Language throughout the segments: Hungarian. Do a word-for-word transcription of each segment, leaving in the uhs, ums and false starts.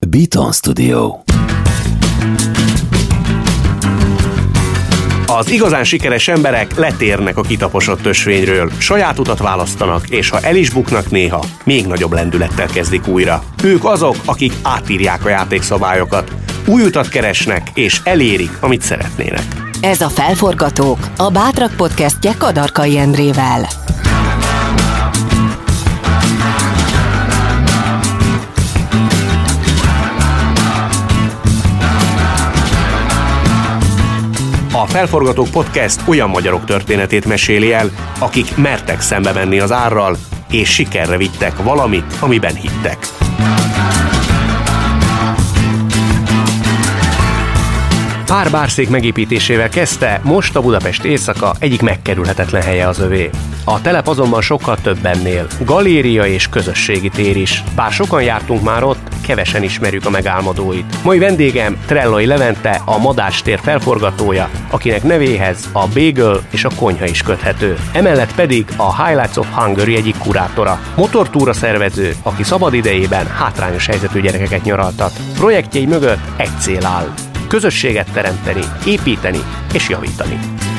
Beaton Studio. Az igazán sikeres emberek letérnek a kitaposott ösvényről, saját utat választanak, és ha el is buknak néha, még nagyobb lendülettel kezdik újra. Ők azok, akik átírják a játékszabályokat, új utat keresnek, és elérik, amit szeretnének. Ez a Felforgatók, a Bátrak podcastje Kadarkai Endrével. A Felforgatók podcast olyan magyarok történetét meséli el, akik mertek szembe menni az árral, és sikerre vittek valamit, amiben hittek. Pár bárszék megépítésével kezdte, most a Budapest éjszaka egyik megkerülhetetlen helye az övé. A telep azonban sokkal több ennél. Galéria és közösségi tér is. Bár sokan jártunk már ott, kevesen ismerjük a megálmodóit. Mai vendégem Trellai Levente, a Madách tér felforgatója, akinek nevéhez a Bagel és a konyha is köthető. Emellett pedig a Highlights of Hungary egyik kurátora. Motortúra szervező, aki szabadidejében hátrányos helyzetű gyerekeket nyaraltat. Projektjei mögött egy cél áll. Közösséget teremteni, építeni és javítani.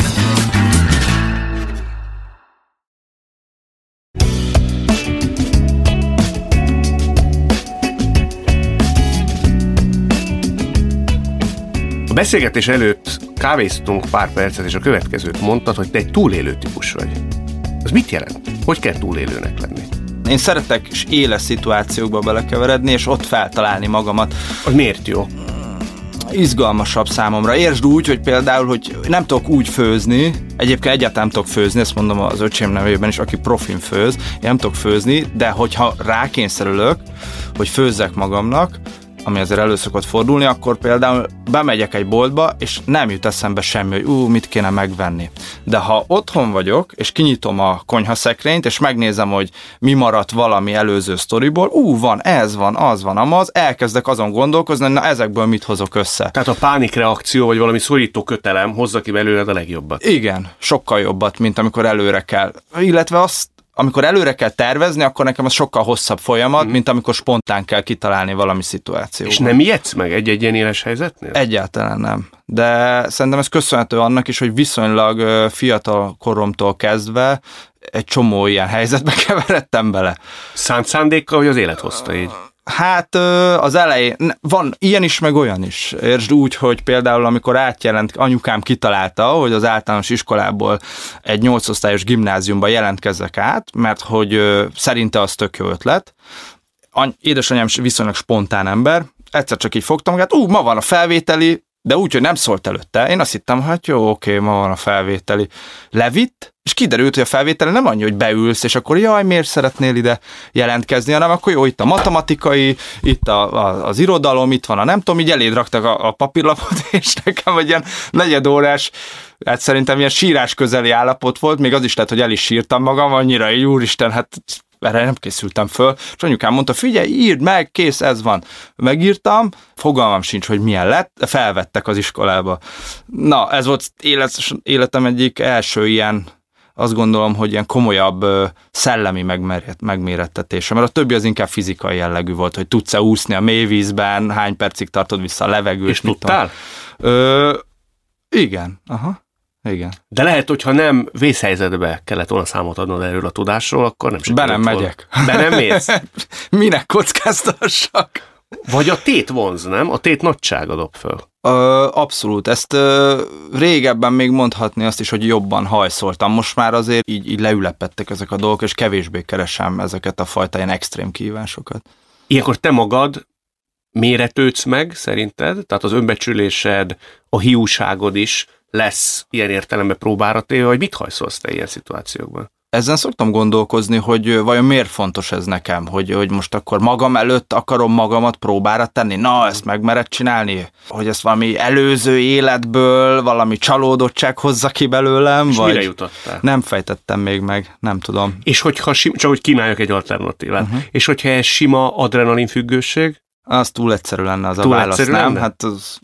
A beszélgetés előtt kávéztunk pár percet, és a következőt mondtad, hogy te egy túlélő típus vagy. Ez mit jelent? Hogy kell túlélőnek lenni? Én szeretek és éles szituációkba belekeveredni, és ott feltalálni magamat. Az miért jó? Izgalmasabb számomra. Értsd úgy, hogy például, hogy nem tudok úgy főzni, egyébként egyáltalán nem tudok főzni, ezt mondom az öcsém nevében is, aki profin főz, én nem tudok főzni, de hogyha rákényszerülök, hogy főzzek magamnak, ami azért elő szokott fordulni, akkor például bemegyek egy boltba, és nem jut eszembe semmi, hogy ú, mit kéne megvenni. De ha otthon vagyok, és kinyitom a konyhaszekrényt, és megnézem, hogy mi maradt valami előző sztoriból, ú, van, ez van, az van, amaz, elkezdek azon gondolkozni, hogy na ezekből mit hozok össze. Tehát a pánikreakció, vagy valami szorító kötelem hozza ki belőled a legjobbat. Igen, sokkal jobbat, mint amikor előre kell. Illetve azt, amikor előre kell tervezni, akkor nekem az sokkal hosszabb folyamat, mm. mint amikor spontán kell kitalálni valami szituációt. És nem ijedsz meg egy-egy ilyen éles helyzetnél? Egyáltalán nem. De szerintem ez köszönhető annak is, hogy viszonylag fiatal koromtól kezdve egy csomó ilyen helyzetbe keveredtem bele. Szánt szándékkal, hogy az élet hozta így? Hát az elején van ilyen is, meg olyan is. Értsd úgy, hogy például amikor átjelent, anyukám kitalálta, hogy az általános iskolából egy nyolcosztályos gimnáziumba jelentkezzek át, mert hogy szerinte az tök jó ötlet. Édesanyám viszonylag spontán ember, egyszer csak így fogtam magát, ú, ma van a felvételi, de úgy, hogy nem szólt előtte. Én azt hittem, hát jó, oké, ma van a felvételi. Levitt, és kiderült, hogy a felvételi nem annyi, hogy beülsz, és akkor jaj, miért szeretnél ide jelentkezni, hanem akkor jó, itt a matematikai, itt a, a, az irodalom, itt van a nem tudom, így eléd raktak a, a papírlapot, és nekem egy ilyen negyedórás, hát szerintem ilyen sírás közeli állapot volt, még az is lett, hogy el is sírtam magam, annyira, így úristen, hát erre nem készültem föl, és anyukám mondta, figyelj, írd meg, kész, ez van. Megírtam, fogalmam sincs, hogy milyen lett, felvettek az iskolába. Na, ez volt élet, életem egyik első ilyen, azt gondolom, hogy ilyen komolyabb szellemi megmérettetése, mert a többi az inkább fizikai jellegű volt, hogy tudsz-e úszni a mélyvízben, hány percig tartod vissza a levegőt. És tudtál? Ö, igen, aha. Igen. De lehet, hogyha nem vészhelyzetbe kellett volna számot adnod erről a tudásról, akkor nem sikerült Be nem volna. megyek. Be nem mész? Minek kockáztassak? Vagy a tét vonz, nem? A tét nagysága dob föl. Ö, abszolút. Ezt ö, régebben még mondhatni azt is, hogy jobban hajszoltam. Most már azért így, így leülepedtek ezek a dolgok, és kevésbé keresem ezeket a fajta ilyen extrém kihívásokat. Ilyenkor te magad méretődsz meg, szerinted? Tehát az önbecsülésed, a hiúságod is lesz ilyen értelemben próbára téve, hogy mit hajszolsz te ilyen szituációkban? Ezen szoktam gondolkozni, hogy vajon miért fontos ez nekem, hogy, hogy most akkor magam előtt akarom magamat próbára tenni, na, ezt megmered csinálni, hogy ezt valami előző életből, valami csalódottság hozza ki belőlem, és vagy mire jutottál? Nem fejtettem még meg, nem tudom. És hogyha, sim, csak hogy kínáljak egy alternatívát, uh-huh. és hogyha ez sima adrenalinfüggőség? Az túl egyszerű lenne az túl a válasz, nem? Lenne? Hát az...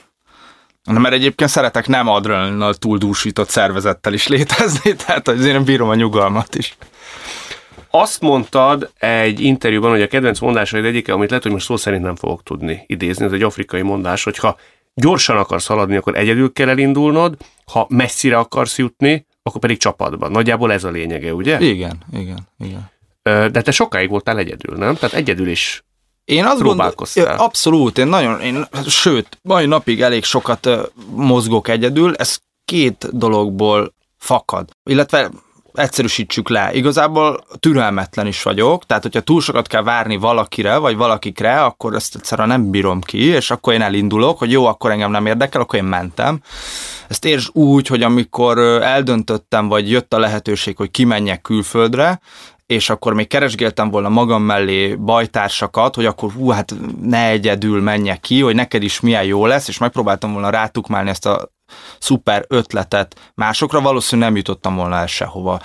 Mert egyébként szeretek nem adrenalinnal túldúsított szervezettel is létezni, tehát azért én bírom a nyugalmat is. Azt mondtad egy interjúban, hogy a kedvenc mondásaid egyike, amit lehet, hogy most szó szerint nem fogok tudni idézni, ez egy afrikai mondás, hogy ha gyorsan akarsz haladni, akkor egyedül kell elindulnod, ha messzire akarsz jutni, akkor pedig csapatban. Nagyjából ez a lényege, ugye? Igen, igen, igen. De te sokáig voltál egyedül, nem? Tehát egyedül is én azt próbálkoztál. Gondol, abszolút, én nagyon, én, sőt, mai napig elég sokat uh, mozgok egyedül, ez két dologból fakad, illetve egyszerűsítsük le. Igazából türelmetlen is vagyok, tehát hogyha túl sokat kell várni valakire, vagy valakikre, akkor ezt egyszerűen nem bírom ki, és akkor én elindulok, hogy jó, akkor engem nem érdekel, akkor én mentem. Ezt értsd úgy, hogy amikor eldöntöttem, vagy jött a lehetőség, hogy kimenjek külföldre, és akkor még keresgéltem volna magam mellé bajtársakat, hogy akkor hú, hát ne egyedül menjek ki, hogy neked is milyen jó lesz, és megpróbáltam volna rátukmálni ezt a szuper ötletet másokra, valószínűleg nem jutottam volna el sehova.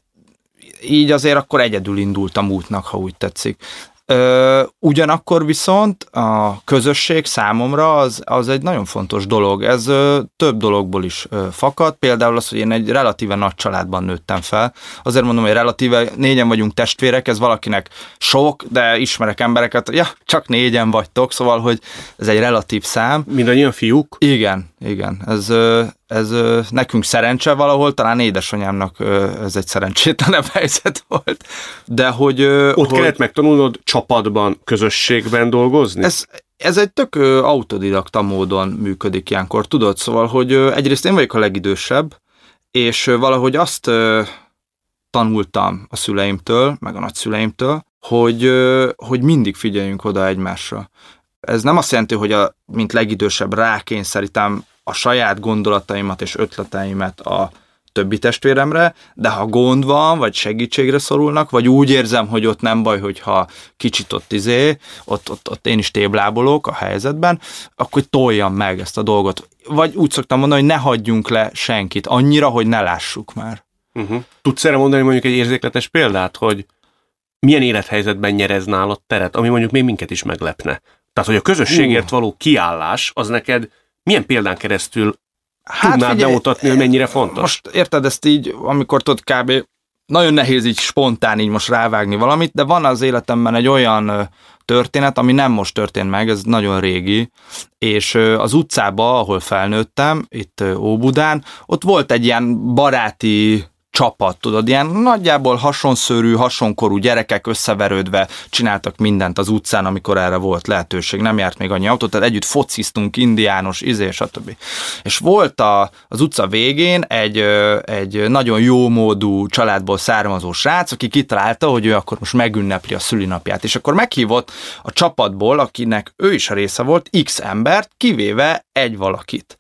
Így azért akkor egyedül indultam útnak, ha úgy tetszik. Ö, ugyanakkor viszont a közösség számomra az, az egy nagyon fontos dolog. Ez ö, több dologból is ö, fakad. Például az, hogy én egy relatíve nagy családban nőttem fel. Azért mondom, hogy relatíve négyen vagyunk testvérek, ez valakinek sok, de ismerek embereket, ja, csak négyen vagytok, szóval, hogy ez egy relatív szám. Mindannyian fiúk? Igen, igen. Ez... Ö, Ez ö, nekünk szerencse valahol, talán édesanyámnak ö, ez egy szerencsétlenebb helyzet volt. De hogy... Ö, Ott hogy kellett megtanulnod csapatban, közösségben dolgozni? Ez, ez egy tök ö, autodidakta módon működik ilyenkor, tudod? Szóval, hogy ö, egyrészt én vagyok a legidősebb, és ö, valahogy azt ö, tanultam a szüleimtől, meg a nagyszüleimtől, hogy, ö, hogy mindig figyeljünk oda egymásra. Ez nem azt jelenti, hogy a, mint legidősebb rákényszerítem a saját gondolataimat és ötleteimet a többi testvéremre, de ha gond van, vagy segítségre szorulnak, vagy úgy érzem, hogy ott nem baj, hogyha kicsit ott izé, ott, ott, ott én is téblábolok a helyzetben, akkor toljam meg ezt a dolgot. Vagy úgy szoktam mondani, hogy ne hagyjunk le senkit, annyira, hogy ne lássuk már. Uh-huh. Tudsz erre mondani mondjuk egy érzékletes példát, hogy milyen élethelyzetben nyerez nálad teret, ami mondjuk még minket is meglepne? Tehát, hogy a közösségért való kiállás, az neked milyen példán keresztül hát tudnád figyelj, bemutatni, hogy mennyire fontos? Most érted ezt így, amikor tudod kb. Nagyon nehéz így spontán így most rávágni valamit, de van az életemben egy olyan történet, ami nem most történt meg, ez nagyon régi, és az utcába, ahol felnőttem, itt Óbudán, ott volt egy ilyen baráti csapat, tudod, ilyen nagyjából hasonszőrű, hasonkorú gyerekek összeverődve csináltak mindent az utcán, amikor erre volt lehetőség, nem járt még annyi autó, tehát együtt fociztunk, indiános, izé, stb. És volt a, az utca végén egy, egy nagyon jómódú családból származó srác, aki kitalálta, hogy ő akkor most megünnepli a szülinapját, és akkor meghívott a csapatból, akinek ő is a része volt, X embert, kivéve egy valakit.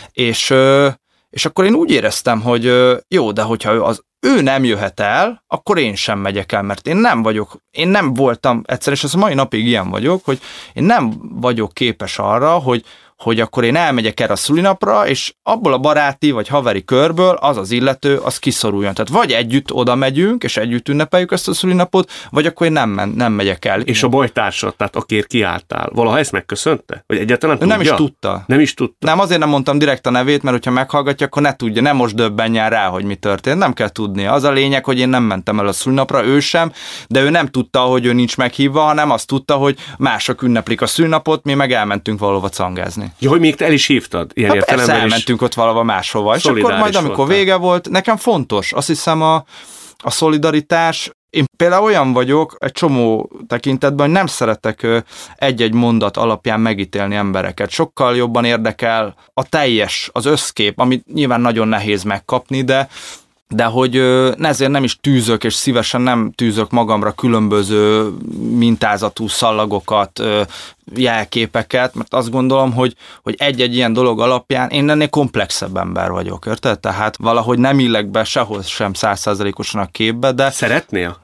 És És akkor én úgy éreztem, hogy jó, de hogyha ő, az, ő nem jöhet el, akkor én sem megyek el, mert én nem vagyok, én nem voltam egyszer, és az a mai napig ilyen vagyok, hogy én nem vagyok képes arra, hogy, hogy akkor én elmegyek erre a szülinapra, és abból a baráti vagy haveri körből az az illető, az kiszoruljon. Tehát vagy együtt oda megyünk, és együtt ünnepeljük ezt a szülinapot, vagy akkor én nem, men, nem megyek el. És a bajtársad, tehát akiért kiálltál, valaha ezt megköszönte? Vagy egyáltalán tudja? Nem is tudta. Nem is tudta? Nem, azért nem mondtam direkt a nevét, mert hogyha meghallgatja, akkor ne tudja, nem most döbbenjen rá, hogy mi történt. Nem kell tudnia. Az a lényeg, hogy én nem mentem el a szülinapra, ő sem, de ő nem tudta, hogy ő nincs meghívva, hanem azt tudta, hogy mások ünneplik a szülinapot, mi meg elmentünk valahova cangázni. Ja, hogy még te el is hívtad? Ilyen hát persze elmentünk ott valahova máshova. És akkor majd, amikor voltál. Vége volt, nekem fontos, azt hiszem a, a szolidaritás. Én például olyan vagyok egy csomó tekintetben, hogy nem szeretek egy-egy mondat alapján megítélni embereket. Sokkal jobban érdekel a teljes, az összkép, amit nyilván nagyon nehéz megkapni, de de hogy ezért nem is tűzök, és szívesen nem tűzök magamra különböző mintázatú szallagokat, jelképeket, mert azt gondolom, hogy, hogy egy-egy ilyen dolog alapján én ennél komplexebb ember vagyok, érted? Tehát valahogy nem illek be sehol sem száz százalékosan a képbe, de... Szeretnél?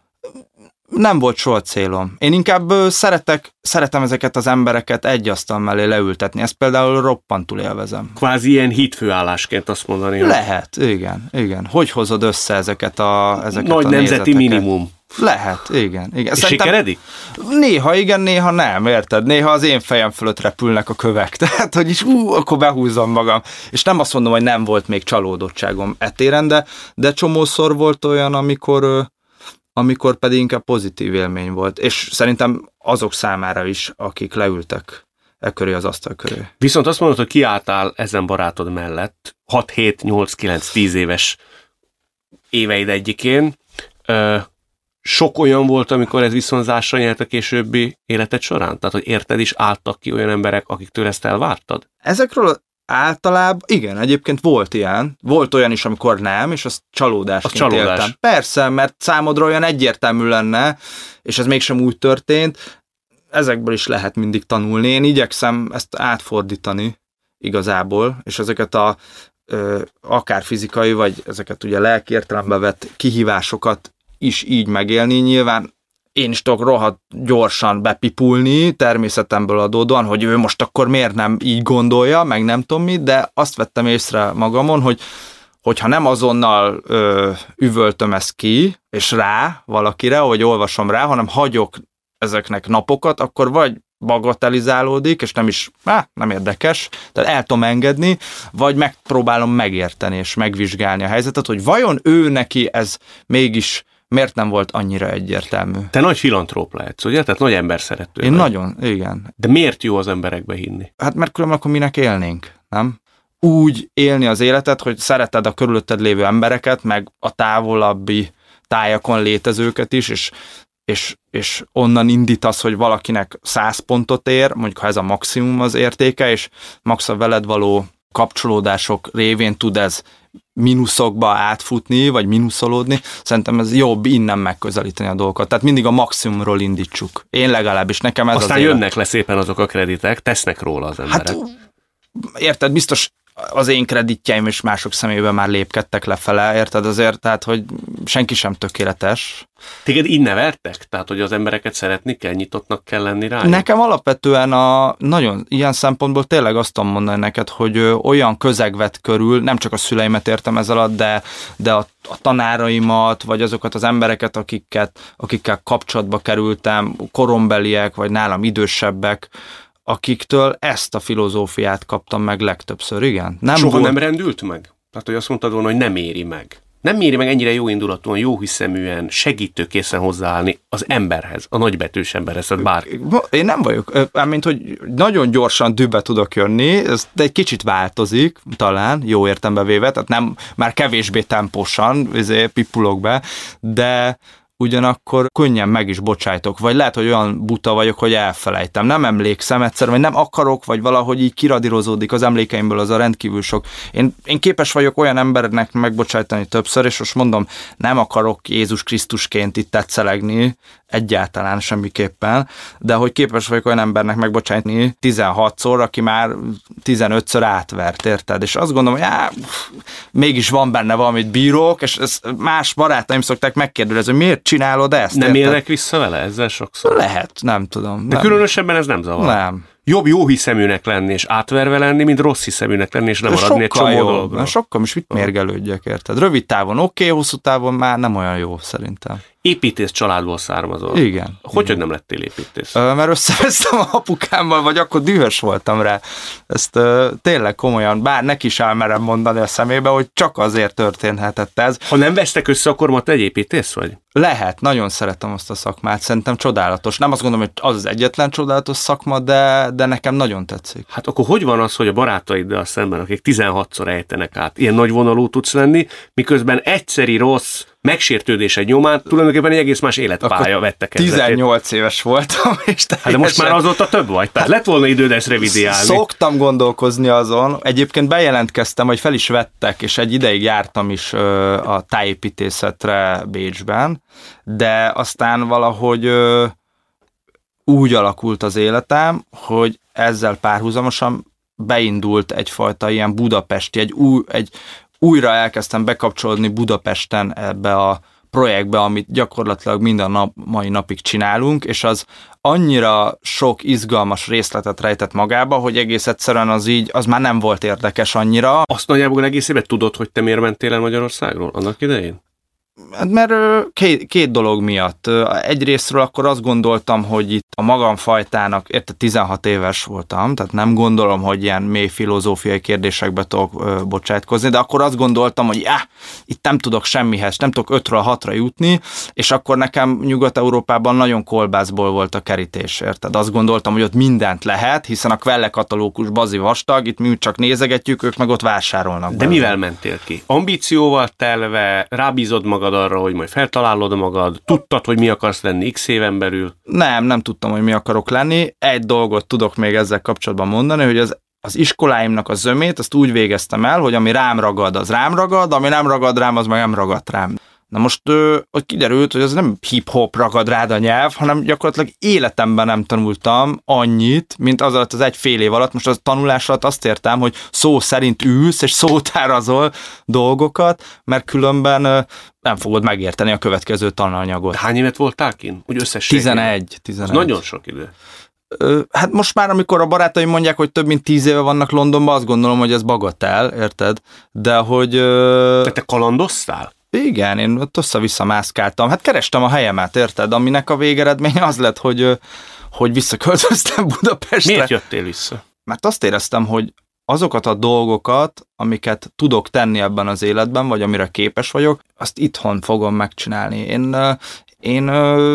Nem volt soha célom. Én inkább szeretek, szeretem ezeket az embereket egy asztal mellé leültetni. Ezt például roppantul élvezem. Kvázi ilyen hitfőállásként azt mondani. Lehet, igen, igen. Hogy hozod össze ezeket a ezeket Nagy a nemzeti minimum. Lehet, igen. igen. És sikeredik? Néha igen, néha nem, érted? Néha az én fejem fölött repülnek a kövek. Tehát, hogy is, ú, akkor behúzom magam. És nem azt mondom, hogy nem volt még csalódottságom etéren, de, de csomószor volt olyan, amikor... amikor pedig inkább pozitív élmény volt. És szerintem azok számára is, akik leültek e köré az asztal köré. Viszont azt mondod, hogy kiálltál ezen barátod mellett hat, hét, nyolc, kilenc, tíz éves éveid egyikén. Ö, sok olyan volt, amikor ez viszonzásra nyert a későbbi életed során? Tehát, hogy érted is, álltak ki olyan emberek, akiktől ezt elvártad? Ezekről általában, igen, egyébként volt ilyen. Volt olyan is, amikor nem, és az csalódásként az csalódás. éltem. Persze, mert számodra olyan egyértelmű lenne, és ez mégsem úgy történt. Ezekből is lehet mindig tanulni. Én igyekszem ezt átfordítani igazából, és ezeket a ö, akár fizikai, vagy ezeket ugye lelki értelembe vett kihívásokat is így megélni. Nyilván én is tudok rohadt gyorsan bepipulni, természetemből adódóan, hogy ő most akkor miért nem így gondolja, meg nem tudom mit, de azt vettem észre magamon, hogy hogyha nem azonnal ö, üvöltöm ezt ki, és rá valakire, hogy olvasom rá, hanem hagyok ezeknek napokat, akkor vagy bagatelizálódik, és nem is, á, nem érdekes, tehát el tudom engedni, vagy megpróbálom megérteni, és megvizsgálni a helyzetet, hogy vajon ő neki ez mégis miért nem volt annyira egyértelmű. Te nagy filantróp lehetsz, ugye? Tehát nagy ember szerető. Én vagy. Nagyon, igen. De miért jó az emberekbe hinni? Hát mert különben akkor minek élnénk, nem? Úgy élni az életet, hogy szereted a körülötted lévő embereket, meg a távolabbi tájakon létezőket is, és, és, és onnan indítasz, hogy valakinek száz pontot ér, mondjuk ha ez a maximum az értéke, és max a veled való kapcsolódások révén tud ez mínuszokba átfutni, vagy mínuszolódni, szerintem ez jobb innen megközelíteni a dolgokat. Tehát mindig a maximumról indítsuk. Én legalábbis, nekem ez Aztán az jönnek élet. le szépen azok a kreditek, tesznek róla az emberek. Hát érted, biztos az én kreditjeim és mások szemében már lépkedtek lefele, érted azért, tehát, hogy senki sem tökéletes. Téged így neveltek? Tehát, hogy az embereket szeretni kell, nyitottnak kell lenni rá? Nekem alapvetően a nagyon ilyen szempontból tényleg azt tudom mondani neked, hogy ö, olyan közeg vett körül, nem csak a szüleimet értem ez alatt, de, de a, a tanáraimat, vagy azokat az embereket, akiket, akikkel kapcsolatba kerültem, korombeliek, vagy nálam idősebbek, akiktől ezt a filozófiát kaptam meg legtöbbször, igen. Nem Soha volt... nem rendült meg? Tehát, hogy azt mondtad volna, hogy nem éri meg. Nem éri meg ennyire jó indulatúan, jó hiszeműen, segítőkészen hozzáállni az emberhez, a nagybetűs emberhez, tehát bárki. Én nem vagyok, mint hogy nagyon gyorsan dühbe tudok jönni, ez de egy kicsit változik, talán, jó értelembe véve, tehát nem, már kevésbé tempósan, ezért pipulok be, de ugyanakkor könnyen meg is bocsájtok, vagy lehet, hogy olyan buta vagyok, hogy elfelejtem. Nem emlékszem egyszer, vagy nem akarok, vagy valahogy így kiradírozódik az emlékeimből az a rendkívül sok. Én, én képes vagyok olyan embernek megbocsájtani többször, és most mondom, nem akarok Jézus Krisztusként itt tetszelegni, egyáltalán semmiképpen, de hogy képes vagyok olyan embernek megbocsájtani tizenhatszor, aki már tizenötször átvert, érted? És azt gondolom, hogy á, mégis van benne valamit bírok, és ez más barátaim szokták megkérdezni, hogy miért csinálod ezt? Nem érted? élnek vissza vele ezzel sokszor? Lehet, nem tudom. De nem. Különösebben ez nem zavar. Nem. Jobb jó hiszeműnek lenni, és átverve lenni, mint rossz hiszeműnek lenni, és nem maradni egy csomó dolgról. Sokkal, most mit mérgelődjek, érted? Rövid távon oké, okay, hosszú távon már nem olyan jó, szerintem. Építész családból származol. Igen. Hogy, igen. hogy nem lettél építész? Ö, mert összevesztem a apukámmal, vagy akkor dühös voltam rá. Ezt ö, tényleg komolyan, bár neki is elmerem mondani a szemébe, hogy csak azért történhetett ez. Ha nem vesztek össze, akkor ma te egy építész vagy? Lehet, nagyon szeretem azt a szakmát, szerintem csodálatos. Nem azt gondolom, hogy az az egyetlen csodálatos szakma, de, de nekem nagyon tetszik. Hát akkor hogy van az, hogy a barátaiddal szemben, akik tizenhatszor ejtenek át, ilyen nagyvonalú tudsz lenni, miközben egyszeri rossz megsértődésed nyomán tulajdonképpen egy egész más életpálya vette kezdetét. tizennyolc éves voltam, és hát de most már azóta több vagy, tehát lett volna időd ezt revidiálni. Szoktam gondolkozni azon. Egyébként bejelentkeztem, hogy fel is vettek, és egy ideig jártam is ö, a tájépítészetre Bécsben, de aztán valahogy ö, úgy alakult az életem, hogy ezzel párhuzamosan beindult egyfajta ilyen budapesti, egy új, egy újra elkezdtem bekapcsolódni Budapesten ebbe a projektbe, amit gyakorlatilag minden nap, mai napig csinálunk, és az annyira sok izgalmas részletet rejtett magába, hogy egész egyszerűen az így, az már nem volt érdekes annyira. Azt nagyjából egész évben tudod, hogy te miért mentél el Magyarországról annak idején? Mert két, két dolog miatt. Egyrésztről akkor azt gondoltam, hogy itt a magamfajtának, érte tizenhat éves voltam, tehát nem gondolom, hogy ilyen mély filozófiai kérdésekbe tudok bocsátkozni, de akkor azt gondoltam, hogy já, itt nem tudok semmihez, nem tudok ötről hatra jutni, és akkor nekem Nyugat-Európában nagyon kolbászból volt a kerítés, érted? Azt gondoltam, hogy ott mindent lehet, hiszen a Quelle katalógus bazi vastag, itt mi csak nézegetjük, ők meg ott vásárolnak. De belőle. mivel mentél ki? Ambícióval telve, rábízod magad arra, hogy majd feltalálod magad, tudtad, hogy mi akarsz lenni x éven belül? Nem, nem tudtam, hogy mi akarok lenni. Egy dolgot tudok még ezzel kapcsolatban mondani, hogy az, az iskoláimnak a zömét, azt úgy végeztem el, hogy ami rám ragad, az rám ragad, ami nem ragad rám, az meg nem ragad rám. Na most, hogy kiderült, hogy ez nem hip-hop ragad rád a nyelv, hanem gyakorlatilag életemben nem tanultam annyit, mint az alatt az egy fél év alatt. Most az tanulás alatt azt értem, hogy szó szerint ülsz, és szótárazol dolgokat, mert különben nem fogod megérteni a következő tananyagot. Hány évet voltál kint? Úgy összességében? tizenegy. tizenegy. Nagyon sok idő. Hát most már, amikor a barátaim mondják, hogy több mint tíz éve vannak Londonban, azt gondolom, hogy ez bagatel, érted? De hogy... De te kalandoztál? Igen, én ott össze-vissza mászkáltam. Hát kerestem a helyemet, érted? Aminek a végeredménye az lett, hogy, hogy visszaköltöztem Budapestre. Miért jöttél vissza? Mert azt éreztem, hogy azokat a dolgokat, amiket tudok tenni ebben az életben, vagy amire képes vagyok, azt itthon fogom megcsinálni. Én, én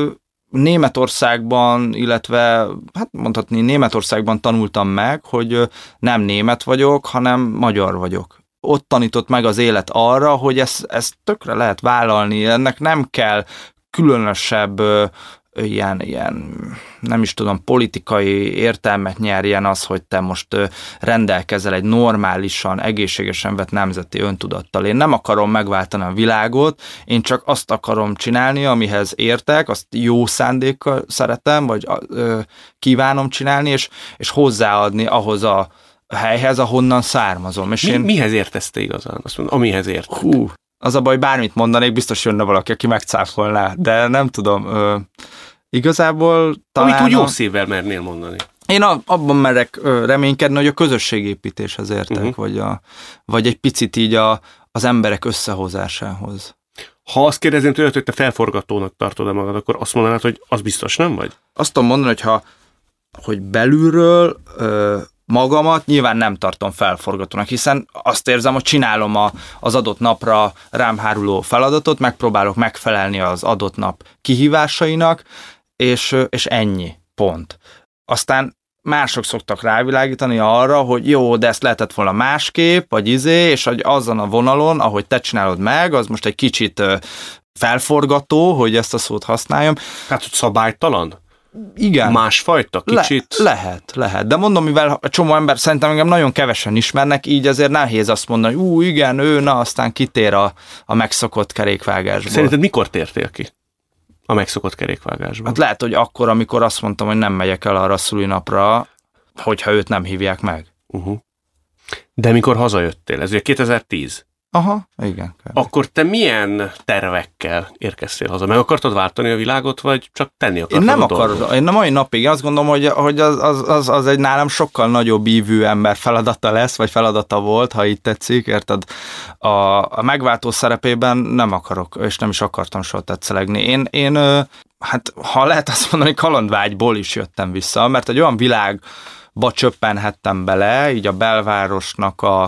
Németországban, illetve hát mondhatni Németországban tanultam meg, hogy nem német vagyok, hanem magyar vagyok. Ott tanított meg az élet arra, hogy ezt, ezt tökre lehet vállalni, ennek nem kell különösebb ö, ilyen, ilyen, nem is tudom, politikai értelmet nyerjen az, hogy te most ö, rendelkezel egy normálisan, egészségesen vett nemzeti öntudattal. Én nem akarom megváltani a világot, én csak azt akarom csinálni, amihez értek, azt jó szándékkal szeretem, vagy ö, kívánom csinálni, és, és hozzáadni ahhoz a a helyhez, ahonnan származom. És Mi, én... Mihez értesz te igazán? Azt mondom, amihez ért. Hú, az a baj, bármit mondanék, biztos jönne valaki, aki megcáfolná, de nem tudom. Ö, igazából talán... Amit úgy a... jó szívvel mernél mondani. Én a, abban merek ö, reménykedni, hogy a közösségépítéshez értek, uh-huh. vagy, a, vagy egy picit így a, az emberek összehozásához. Ha azt kérdezném tőled, hogy te felforgatónak tartod-e magad, akkor azt mondanád, hogy az biztos nem vagy? Azt tudom mondani, hogy ha hogy belülről ö, magamat nyilván nem tartom felforgatónak, hiszen azt érzem, hogy csinálom a, az adott napra rám háruló feladatot, megpróbálok megfelelni az adott nap kihívásainak, és, és ennyi, pont. Aztán mások szoktak rávilágítani arra, hogy jó, de ezt lehetett volna másképp, vagy izé, és hogy azon a vonalon, ahogy te csinálod meg, az most egy kicsit felforgató, hogy ezt a szót használjam. Hát, hogy szabálytalan? Igen. Másfajta? Kicsit? Le, lehet, lehet. De mondom, mivel a csomó ember szerintem engem nagyon kevesen ismernek, így azért nehéz azt mondani, hogy ú, igen, ő, na, aztán kitér a, a megszokott kerékvágásból. Szerinted mikor tértél ki a megszokott kerékvágásból? Hát lehet, hogy akkor, amikor azt mondtam, hogy nem megyek el arra a szülinapra, hogyha őt nem hívják meg. Uh-huh. De mikor hazajöttél, ez ugye kétezer-tíz. Aha, igen. Kb. Akkor te milyen tervekkel érkeztél haza? Meg akartad váltani a világot, vagy csak tenni akartad Én nem a akarod, dolgot? én a mai napig azt gondolom, hogy, hogy az, az, az, az egy nálam sokkal nagyobb ívű ember feladata lesz, vagy feladata volt, ha így tetszik, érted? A, a megváltó szerepében nem akarok, és nem is akartam soha tetszelegni. Én, én hát ha lehet azt mondani, kalandvágyból is jöttem vissza, mert egy olyan világba csöppenhettem bele, így a belvárosnak a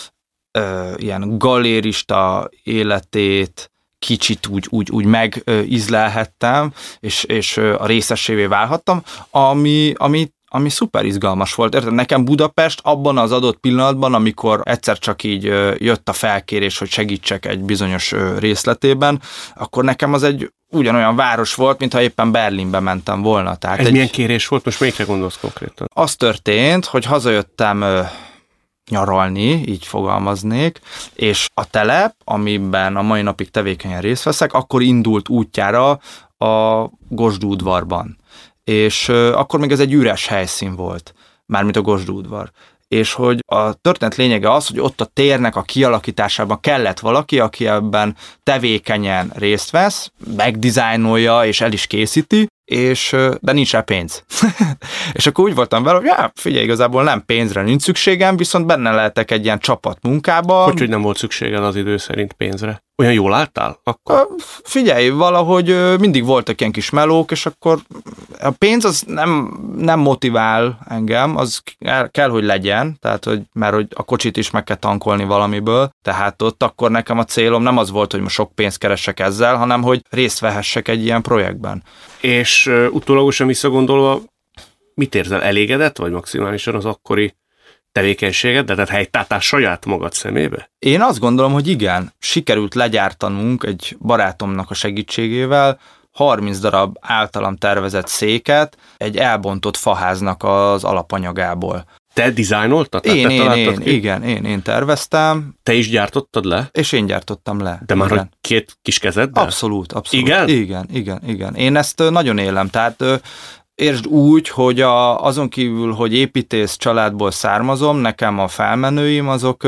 Ö, ilyen galérista életét kicsit úgy, úgy, úgy megízlelhettem, és, és a részesévé válhattam, ami, ami, ami szuper izgalmas volt. Érted? Nekem Budapest abban az adott pillanatban, amikor egyszer csak így jött a felkérés, hogy segítsek egy bizonyos részletében, akkor nekem az egy ugyanolyan város volt, mintha éppen Berlinbe mentem volna. Tehát Ez egy... milyen kérés volt? Most melyikre gondolsz konkrétan? Az történt, hogy hazajöttem nyaralni, így fogalmaznék, és a telep, amiben a mai napig tevékenyen részt veszek, akkor indult útjára a Gosdú udvarban. És uh, akkor még ez egy üres helyszín volt, mármint a Gosdú udvar. És hogy a történet lényege az, hogy ott a térnek a kialakításában kellett valaki, aki ebben tevékenyen részt vesz, megdizájnolja és el is készíti, és, de nincs rá pénz. És akkor úgy voltam vele, hogy já, figyelj, igazából nem pénzre nincs szükségem, viszont benne lehetek egy ilyen csapatmunkában. Hogy, hogy nem volt szükséged az idő szerint pénzre? Olyan jól álltál akkor? Figyelj, valahogy mindig voltak ilyen kis melók, és akkor a pénz az nem, nem motivál engem, az kell, hogy legyen, tehát, hogy, mert hogy a kocsit is meg kell tankolni valamiből, tehát ott akkor nekem a célom nem az volt, hogy most sok pénzt keresek ezzel, hanem hogy részt vehessek egy ilyen projektben. És uh, utólagosan visszagondolva, mit érzel, elégedett vagy maximálisan az akkori tevékenységed, de tehát helytáltál saját magad szemébe? Én azt gondolom, hogy igen, sikerült legyártanunk egy barátomnak a segítségével harminc darab általam tervezett széket egy elbontott faháznak az alapanyagából. Te dizájnoltad? Én, te én, én, ki? igen, én, én terveztem. Te is gyártottad le? És én gyártottam le. De már igen. hogy két kis kezeddel? Abszolút, abszolút. Igen? Igen, igen, igen. Én ezt nagyon élem, tehát értsd úgy, hogy a, azon kívül, hogy építész családból származom, nekem a felmenőim azok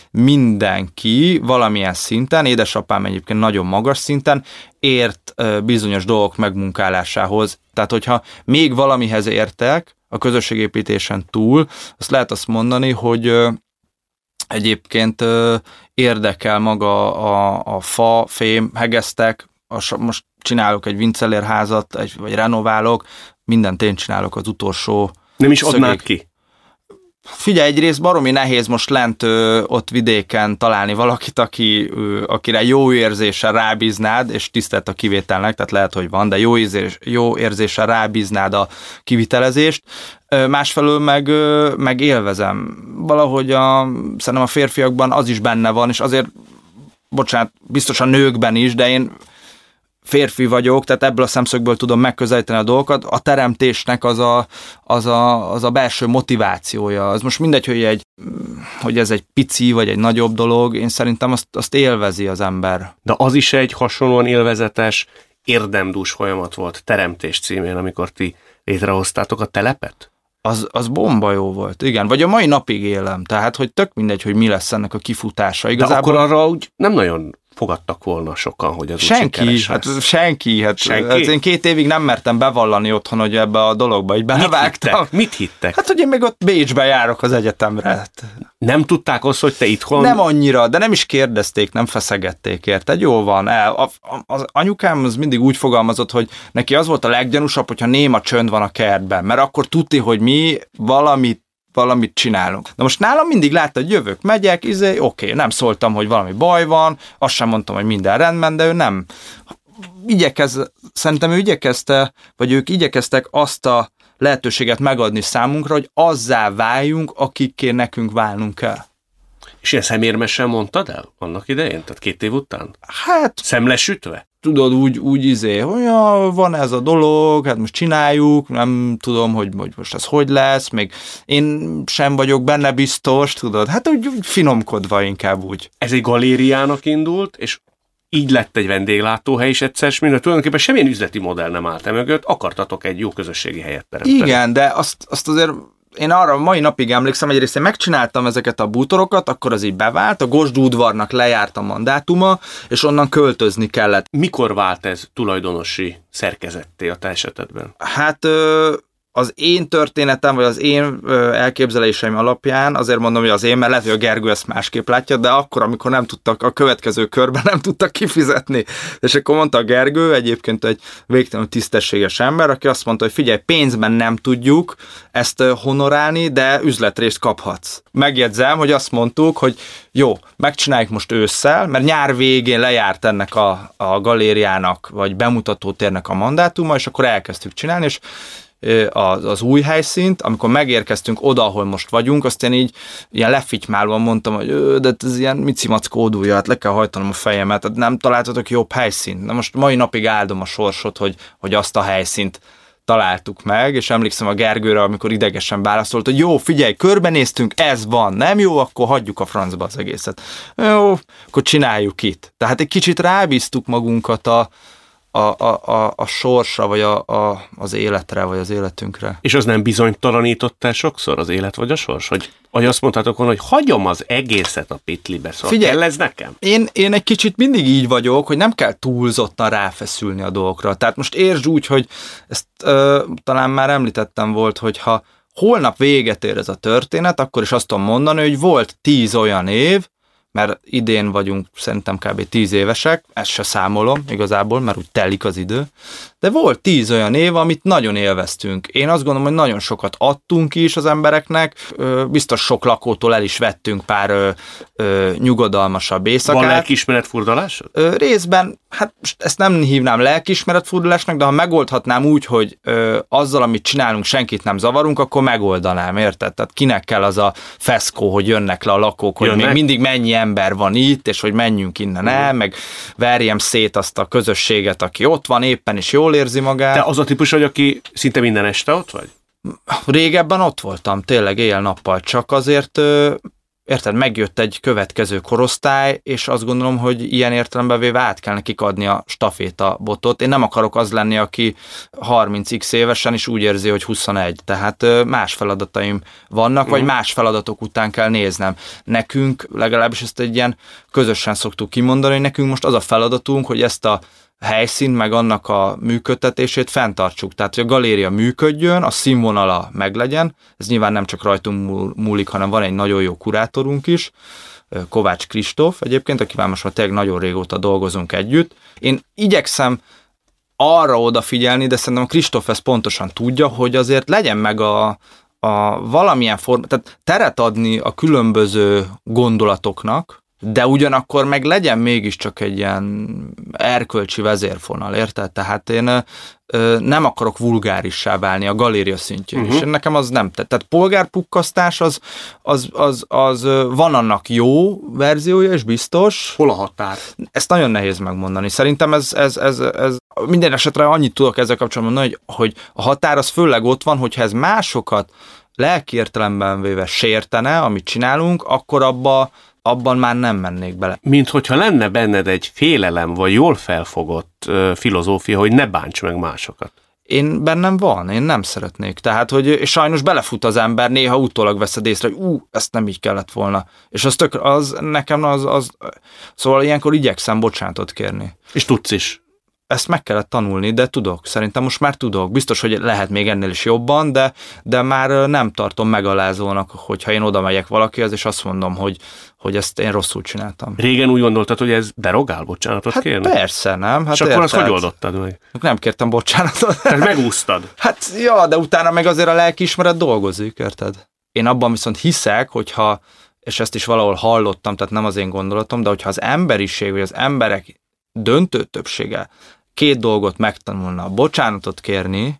mindenki valamilyen szinten, édesapám egyébként nagyon magas szinten ért bizonyos dolgok megmunkálásához. Tehát, hogyha még valamihez értek a közösségépítésen túl, azt lehet azt mondani, hogy egyébként érdekel maga a, a fa, fém, hegesztek, a, most csinálok egy vincellérházat, egy, vagy renoválok, mindent én csinálok az utolsó Nem is szögéig. adnád ki? Figyelj, egyrészt baromi nehéz most lent ö, ott vidéken találni valakit, aki, ö, akire jó érzéssel rábíznád, és tisztelt a kivételnek, tehát lehet, hogy van, de jó, érzés, jó érzéssel rábíznád a kivitelezést. Ö, másfelől meg, ö, meg élvezem. Valahogy a, szerintem a férfiakban az is benne van, és azért, bocsánat, biztos a nőkben is, de én férfi vagyok, tehát ebből a szemszögből tudom megközelíteni a dolgokat. A teremtésnek az a, az a, az a belső motivációja. Az most mindegy, hogy, egy, hogy ez egy pici vagy egy nagyobb dolog, én szerintem azt, azt élvezi az ember. De az is egy hasonlóan élvezetes, érdemdús folyamat volt Teremtés címén, amikor ti létrehoztátok a telepet? Az, az bomba jó volt, igen. Vagy a mai napig élem, tehát hogy tök mindegy, hogy mi lesz ennek a kifutása. Igazából... De akkor arra úgy nem nagyon fogadtak volna sokan, hogy az senki, hát senki, hát, senki? hát én két évig nem mertem bevallani otthon, hogy ebbe a dologba így belevágtam. Mit hittek? Mit hittek? Hát, hogy én még ott Bécsbe járok az egyetemre. Nem tudták azt, hogy te itthon... Nem annyira, de nem is kérdezték, nem feszegették, érted? Jó van. El, az anyukám az mindig úgy fogalmazott, hogy neki az volt a leggyanúsabb, hogyha néma csönd van a kertben, mert akkor tudti, hogy mi valamit valamit csinálunk. De most nálam mindig látta, hogy jövök, megyek, izé, oké, nem szóltam, hogy valami baj van, azt sem mondtam, hogy minden rendben, de ő nem. Igyekez, szerintem ő igyekezte, vagy ők igyekeztek azt a lehetőséget megadni számunkra, hogy azzá váljunk, akikké nekünk válnunk kell. És ilyen szemérmesen mondtad el annak idején? Tehát két év után? Hát... Szemlesütve? Tudod, úgy, úgy izé, hogy ja, van ez a dolog, hát most csináljuk, nem tudom, hogy, hogy most ez hogy lesz, még én sem vagyok benne biztos, tudod, hát úgy, úgy finomkodva inkább úgy. Ez egy galériának indult, és így lett egy vendéglátóhely is egyszer, mint tulajdonképpen semmilyen üzleti modell nem állt emögött, akartatok egy jó közösségi helyet teremteni. Igen, de azt, azt azért én arra mai napig emlékszem, egyrészt én megcsináltam ezeket a bútorokat, akkor az így bevált, a Gosdú udvarnak lejárt a mandátuma, és onnan költözni kellett. Mikor vált ez tulajdonosi szerkezetté a te esetedben? Hát az én történetem, vagy az én elképzeléseim alapján, azért mondom, hogy az én, mert lehet, hogy a Gergő ezt másképp látja, de akkor, amikor nem tudtak, a következő körben nem tudtak kifizetni. És akkor mondta a Gergő, egyébként egy végtelenül tisztességes ember, aki azt mondta, hogy figyelj, pénzben nem tudjuk ezt honorálni, de üzletrészt kaphatsz. Megjegyzem, hogy azt mondtuk, hogy jó, megcsináljuk most ősszel, mert nyár végén lejárt ennek a, a galériának, vagy bemutatótérnek a mandátuma, és akkor elkezdtük csinálni, és Az, az új helyszínt, amikor megérkeztünk oda, ahol most vagyunk, azt én így ilyen lefitymálva mondtam, hogy de ez ilyen micimackódúja, hát le kell hajtanom a fejemet, hát nem találtatok jobb helyszínt. Na most mai napig áldom a sorsot, hogy, hogy azt a helyszínt találtuk meg, és emlékszem a Gergőre, amikor idegesen válaszolt, hogy jó, figyelj, körbenéztünk, ez van, nem jó, akkor hagyjuk a francba az egészet. Jó, akkor csináljuk itt. Tehát egy kicsit rábíztuk magunkat a A, a, a, a sorsra, vagy a, a, az életre, vagy az életünkre. És az nem bizonytalanította sokszor az élet, vagy a sors? Hogy, hogy azt mondtátok volna, hogy hagyom az egészet a pitlibe, szóval figyelj, kell ez nekem? Én, én egy kicsit mindig így vagyok, hogy nem kell túlzottan ráfeszülni a dolgokra. Tehát most értsd úgy, hogy ezt ö, talán már említettem volt, hogy ha holnap véget ér ez a történet, akkor is azt tudom mondani, hogy volt tíz olyan év, mert idén vagyunk szerintem kb. tíz évesek, ezt se számolom igazából, mert úgy telik az idő, de volt tíz olyan év, amit nagyon élveztünk. Én azt gondolom, hogy nagyon sokat adtunk is az embereknek, biztos sok lakótól el is vettünk pár ö, ö, nyugodalmasabb éjszakát. Van lelkiismeret-furdalás? Részben, hát ezt nem hívnám lelkiismeret-furdalásnak, de ha megoldhatnám úgy, hogy ö, azzal, amit csinálunk, senkit nem zavarunk, akkor megoldanám, érted? Tehát kinek kell az a feszkó, hogy jönnek le a lakók, hogy jönnek? Még mindig mennyi ember van itt, és hogy menjünk innen el, uh-huh. meg verjem szét azt a közösséget, aki ott van éppen, és jól érzi magát. Te az a típus vagy, aki szinte minden este ott vagy? Régebben ott voltam, tényleg éjjel-nappal, csak azért, ö, érted, megjött egy következő korosztály, és azt gondolom, hogy ilyen értelemben véve át kell nekik adni a staféta botot. Én nem akarok az lenni, aki harminc x évesen is úgy érzi, hogy huszonegy. Tehát ö, más feladataim vannak, mm. vagy más feladatok után kell néznem. Nekünk, legalábbis ezt egy ilyen közösen szoktuk kimondani, hogy nekünk most az a feladatunk, hogy ezt a helyszín, meg annak a működtetését fenntartsuk. Tehát, hogy a galéria működjön, a színvonala meglegyen. Ez nyilván nem csak rajtunk múlik, hanem van egy nagyon jó kurátorunk is, Kovács Kristóf egyébként, akivel most már tényleg nagyon régóta dolgozunk együtt. Én igyekszem arra odafigyelni, de szerintem a Kristóf ezt pontosan tudja, hogy azért legyen meg a, a valamilyen forma, tehát teret adni a különböző gondolatoknak, de ugyanakkor meg legyen mégiscsak egy ilyen erkölcsi vezérfonal, érted? Tehát én ö, nem akarok vulgárissá válni a galéria szintjén, uh-huh. és nekem az nem tett. Tehát polgárpukkasztás az, az, az, az van annak jó verziója, és biztos. Hol a határ? Ezt nagyon nehéz megmondani. Szerintem ez, ez, ez, ez minden esetre annyit tudok ezzel kapcsolatban mondani, hogy, hogy a határ az főleg ott van, hogyha ez másokat lelki értelemben véve sértene, amit csinálunk, akkor abba abban már nem mennék bele. Mint hogyha lenne benned egy félelem, vagy jól felfogott ö, filozófia, hogy ne bánts meg másokat. Én bennem van, én nem szeretnék. Tehát, hogy és sajnos belefut az ember, néha utólag veszed észre, hogy ú, ezt nem így kellett volna. És az, tök, az nekem az, az... Szóval ilyenkor igyekszem bocsánatot kérni. És tudsz is. Ezt meg kellett tanulni, de tudok. Szerintem most már tudok. Biztos, hogy lehet még ennél is jobban, de, de már nem tartom megalázónak, hogyha én oda megyek valakihez, és azt mondom, hogy, hogy ezt én rosszul csináltam. Régen úgy gondoltad, hogy ez derogál bocsánatot hát kérni? Persze, nem? Hát és akkor azt hogy oldottad meg? Nem kértem bocsánatot. Tehát megúsztad. Hát ja, de utána meg azért a lelkiismeret dolgozik, érted? Én abban viszont hiszek, hogyha, és ezt is valahol hallottam, tehát nem az én gondolatom, de hogyha az emberiség, vagy az emberek döntő többsége két dolgot megtanulna, bocsánatot kérni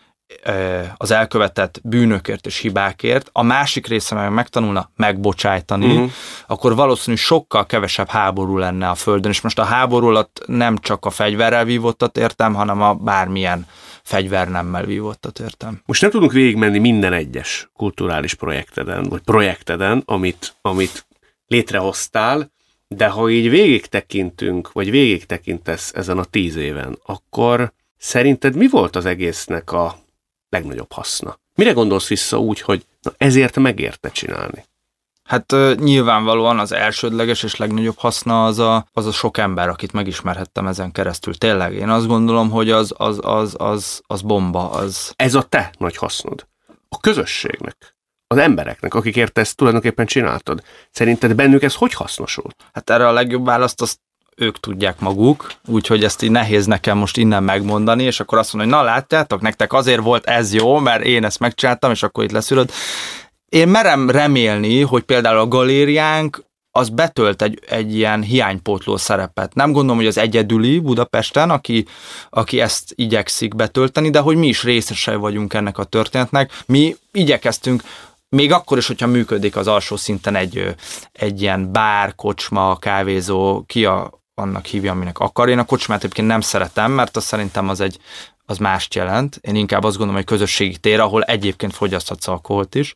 az elkövetett bűnökért és hibákért, a másik része meg megtanulna megbocsájtani, uh-huh. akkor valószínű sokkal kevesebb háború lenne a Földön, és most a háború alatt nem csak a fegyverrel vívottat értem, hanem a bármilyen fegyvernemmel vívottat értem. Most nem tudunk végigmenni minden egyes kulturális projekteden, vagy projekteden, amit, amit létrehoztál, de ha így végig tekintünk, vagy végig tekintesz ezen a tíz éven, akkor szerinted mi volt az egésznek a legnagyobb haszna? Mire gondolsz vissza úgy, hogy na ezért megérte csinálni? Hát uh, nyilvánvalóan az elsődleges és legnagyobb haszna az a, az a sok ember, akit megismerhettem ezen keresztül. Tényleg, én azt gondolom, hogy az, az, az, az, az bomba. Az... Ez a te nagy hasznod. A közösségnek. Az embereknek, akikért ezt tulajdonképpen csináltad. Szerinted bennük ez hogy hasznosult? Hát erre a legjobb választ azt ők tudják maguk, úgyhogy ezt így nehéz nekem most innen megmondani, és akkor azt mondani, hogy na látjátok, nektek azért volt ez jó, mert én ezt megcsináltam, és akkor itt leszűröd. Én merem remélni, hogy például a galériánk az betölt egy, egy ilyen hiánypótló szerepet. Nem gondolom, hogy az egyedüli Budapesten, aki, aki ezt igyekszik betölteni, de hogy mi is részesei vagyunk ennek a történetnek. Mi igyekeztünk, még akkor is, hogyha működik az alsó szinten egy, egy ilyen bár, kocsma, kávézó, ki a, annak hívja, aminek akar. Én a kocsmát egyébként nem szeretem, mert azt szerintem az egy az mást jelent. Én inkább azt gondolom, hogy közösségi tér, ahol egyébként fogyaszthatsz alkoholt is.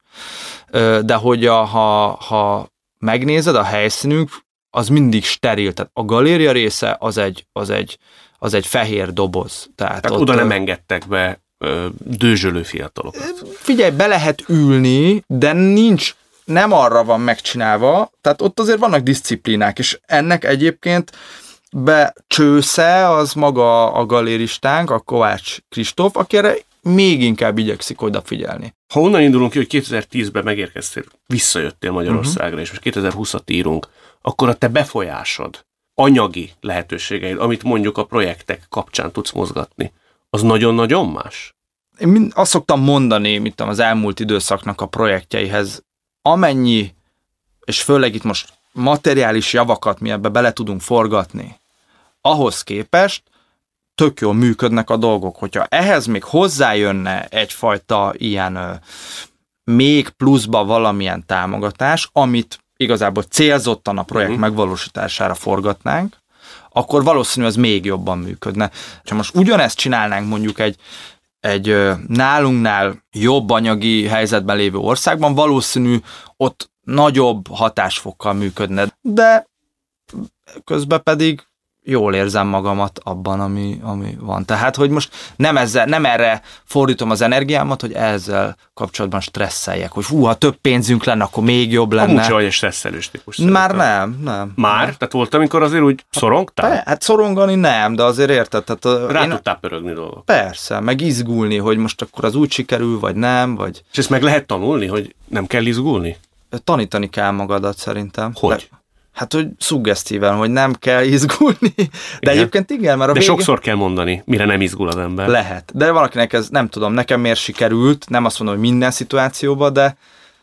De hogy a, ha, ha megnézed, a helyszínünk, az mindig steril. Tehát a galéria része az egy, az egy, az egy fehér doboz. Tehát, Tehát ott, oda nem engedtek be ö, dőzsölő fiatalokat. Figyelj, be lehet ülni, de nincs, nem arra van megcsinálva, tehát ott azért vannak diszciplínák, és ennek egyébként becsősze az maga a galéristánk, a Kovács Kristóf, aki erre még inkább igyekszik odafigyelni. Ha onnan indulunk ki, hogy kétezer-tízben megérkeztél, visszajöttél Magyarországra, uh-huh. és most kétezer-húszat írunk, akkor a te befolyásod, anyagi lehetőségeid, amit mondjuk a projektek kapcsán tudsz mozgatni, az nagyon-nagyon más? Én mind azt szoktam mondani, mint az elmúlt időszaknak a projektjeihez, amennyi, és főleg itt most materiális javakat mi ebbe bele tudunk forgatni, ahhoz képest tök jól működnek a dolgok. Hogyha ehhez még hozzájönne egyfajta ilyen ö, még pluszba valamilyen támogatás, amit igazából célzottan a projekt uh-huh. megvalósítására forgatnánk, akkor valószínű ez még jobban működne. Ha most ugyanezt csinálnánk mondjuk egy, egy ö, nálunknál jobb anyagi helyzetben lévő országban, valószínű ott nagyobb hatásfokkal működne. De közben pedig jól érzem magamat abban, ami, ami van. Tehát, hogy most nem, ezzel, nem erre fordítom az energiámat, hogy ezzel kapcsolatban stresszeljek, hogy hú, ha több pénzünk lenne, akkor még jobb lenne. Amúgy se vagy egy stresszelős típus. Már nem, nem. Már? Nem. Tehát volt, amikor azért úgy szorongtál? Hát, hát szorongani nem, de azért érted. Tehát, Rá én, tudtál pörögni dolgok. Persze, meg izgulni, hogy most akkor az úgy sikerül, vagy nem, vagy... És ezt meg lehet tanulni, hogy nem kell izgulni? Tanítani kell magadat szerintem. Hogy? De, hát, hogy szuggesztíven, hogy nem kell izgulni. De igen. Egyébként igen, mert a De vége... sokszor kell mondani, mire nem izgul az ember. Lehet. De valakinek ez, nem tudom, nekem miért sikerült, nem azt mondom, hogy minden szituációban, de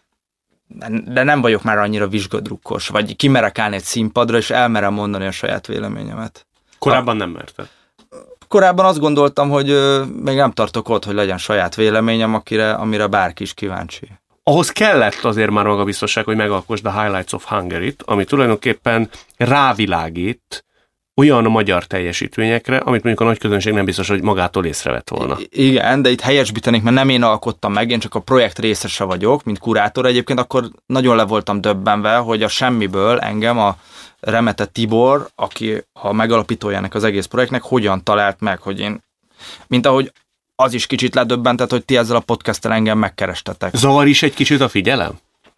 de nem vagyok már annyira vizsgadrukkos, vagy kimerek állni egy színpadra, és elmerem mondani a saját véleményemet. Korábban nem merted. Korábban azt gondoltam, hogy ö, még nem tartok ott, hogy legyen saját véleményem, akire, amire bárki is kíváncsi. Ahhoz kellett azért már magabiztosság, hogy megalkosd a Highlights of Hungary-t, ami tulajdonképpen rávilágít olyan magyar teljesítményekre, amit mondjuk a nagy közönség nem biztos, hogy magától észrevett volna. I- igen, de itt helyesbítenék, mert nem én alkottam meg, én csak a projekt részese vagyok, mint kurátor. Egyébként akkor nagyon le voltam döbbenve, hogy a semmiből engem a Remete Tibor, aki a megalapítójának az egész projektnek, hogyan talált meg, hogy én, mint ahogy az is kicsit ledöbbentett, hogy ti ezzel a podcasttel engem megkerestetek. Zavar is egy kicsit a figyelem?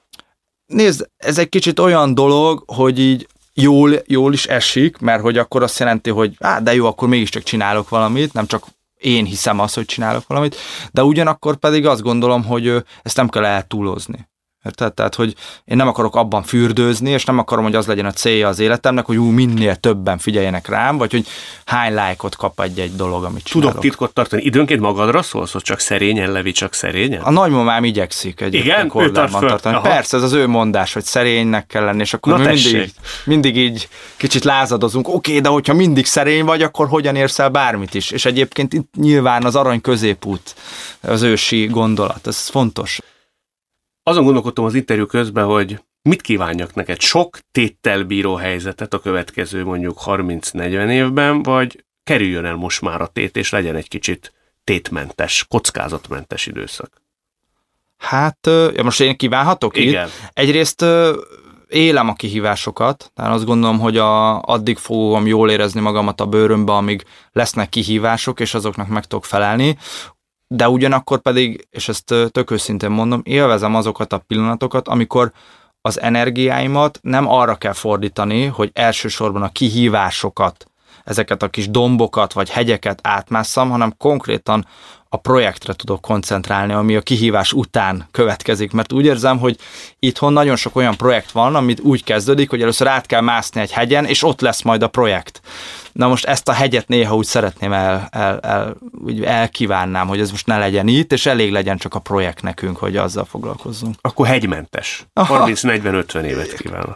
Nézd, ez egy kicsit olyan dolog, hogy így jól, jól is esik, mert hogy akkor azt jelenti, hogy á, de jó, akkor mégiscsak csinálok valamit, nem csak én hiszem azt, hogy csinálok valamit, de ugyanakkor pedig azt gondolom, hogy ezt nem kell eltúlozni. Érted? Tehát, hogy én nem akarok abban fürdőzni, és nem akarom, hogy az legyen a célja az életemnek, hogy ú, minél többen figyeljenek rám, vagy hogy hány lájkot kap egy-egy dolog, amit csinálok. Tudok titkot tartani. Időnként magadra szólsz, hogy csak szerényen, Levi, csak szerényen? A nagymamám igyekszik egyébként kordában tartani. Aha. Persze, ez az ő mondás, hogy szerénynek kell lenni, és akkor mindig, mindig így kicsit lázadozunk. Oké, okay, de hogyha mindig szerény vagy, akkor hogyan érsz el bármit is? És egyébként itt nyilván az arany középút, az ősi gondolat, ez fontos. Azon gondolkodtam az interjú közben, hogy mit kívánjak neked? Sok téttel bíró helyzetet a következő mondjuk harminc-negyven évben, vagy kerüljön el most már a tét, és legyen egy kicsit tétmentes, kockázatmentes időszak? Hát, ja, most én kívánhatok Igen. itt? Egyrészt élem a kihívásokat, tehát azt gondolom, hogy a, addig fogom jól érezni magamat a bőrömbe, amíg lesznek kihívások, és azoknak meg tudok felelni. De ugyanakkor pedig, és ezt tök őszintén mondom, élvezem azokat a pillanatokat, amikor az energiáimat nem arra kell fordítani, hogy elsősorban a kihívásokat, ezeket a kis dombokat vagy hegyeket átmásszam, hanem konkrétan a projektre tudok koncentrálni, ami a kihívás után következik, mert úgy érzem, hogy itthon nagyon sok olyan projekt van, amit úgy kezdődik, hogy először át kell mászni egy hegyen, és ott lesz majd a projekt. Na most ezt a hegyet néha úgy szeretném el, el, el, úgy elkívánnám, hogy ez most ne legyen itt, és elég legyen csak a projekt nekünk, hogy azzal foglalkozzunk. Akkor hegymentes. harminc-negyven-ötven évet kívánok.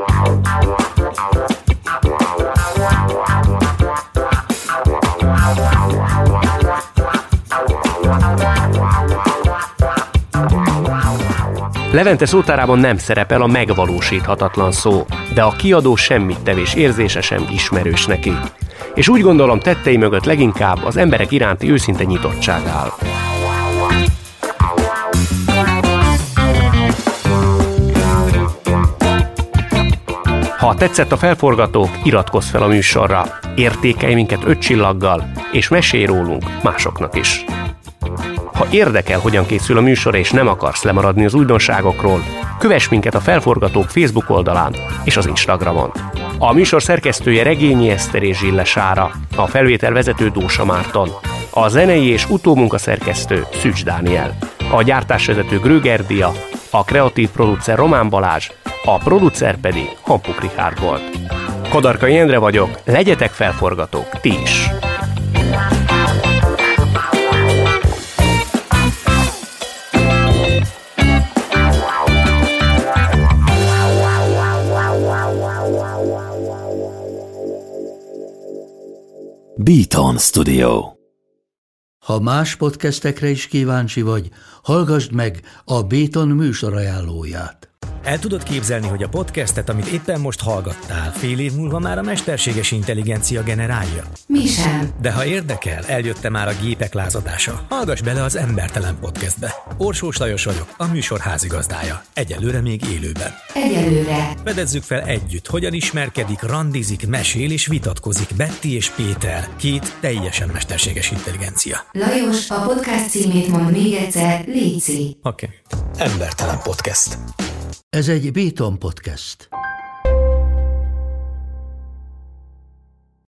Levente szótárában nem szerepel a megvalósíthatatlan szó, de a kiadó semmit tevés érzése sem ismerős neki. És úgy gondolom, tettei mögött leginkább az emberek iránti őszinte nyitottság áll. Ha tetszett a felforgatók, iratkozz fel a műsorra, értékelj minket öt csillaggal, és mesélj rólunk másoknak is. Ha érdekel, hogyan készül a műsor, és nem akarsz lemaradni az újdonságokról, kövess minket a Felforgatók Facebook oldalán és az Instagramon. A műsor szerkesztője Regényi Eszter és Zsille Sára, a felvétel vezető Dósa Márton. A zenei és utómunkaszerkesztő Szűcs Dániel. A gyártásvezető Gröger Dia, a kreatív producer Román Balázs, a producer pedig Hampuk Richárd volt. Kadarkai Endre vagyok, legyetek felforgatók, ti is! Beaton Studio. Ha más podcastekre is kíváncsi vagy, hallgassd meg a Beaton műsor ajánlóját. El tudod képzelni, hogy a podcastet, amit éppen most hallgattál, fél év múlva már a mesterséges intelligencia generálja? Mi sem. De ha érdekel, eljött már a gépek lázadása. Hallgass bele az Embertelen Podcastbe. Orsós Lajos vagyok, a műsor házigazdája. Egyelőre még élőben. Egyelőre. Fedezzük fel együtt, hogyan ismerkedik, randizik, mesél és vitatkozik Betty és Péter, két teljesen mesterséges intelligencia. Lajos, a podcast címét mond még egyszer, léci. Oké. Okay. Embertelen Podcast. Ez egy Beaton Podcast.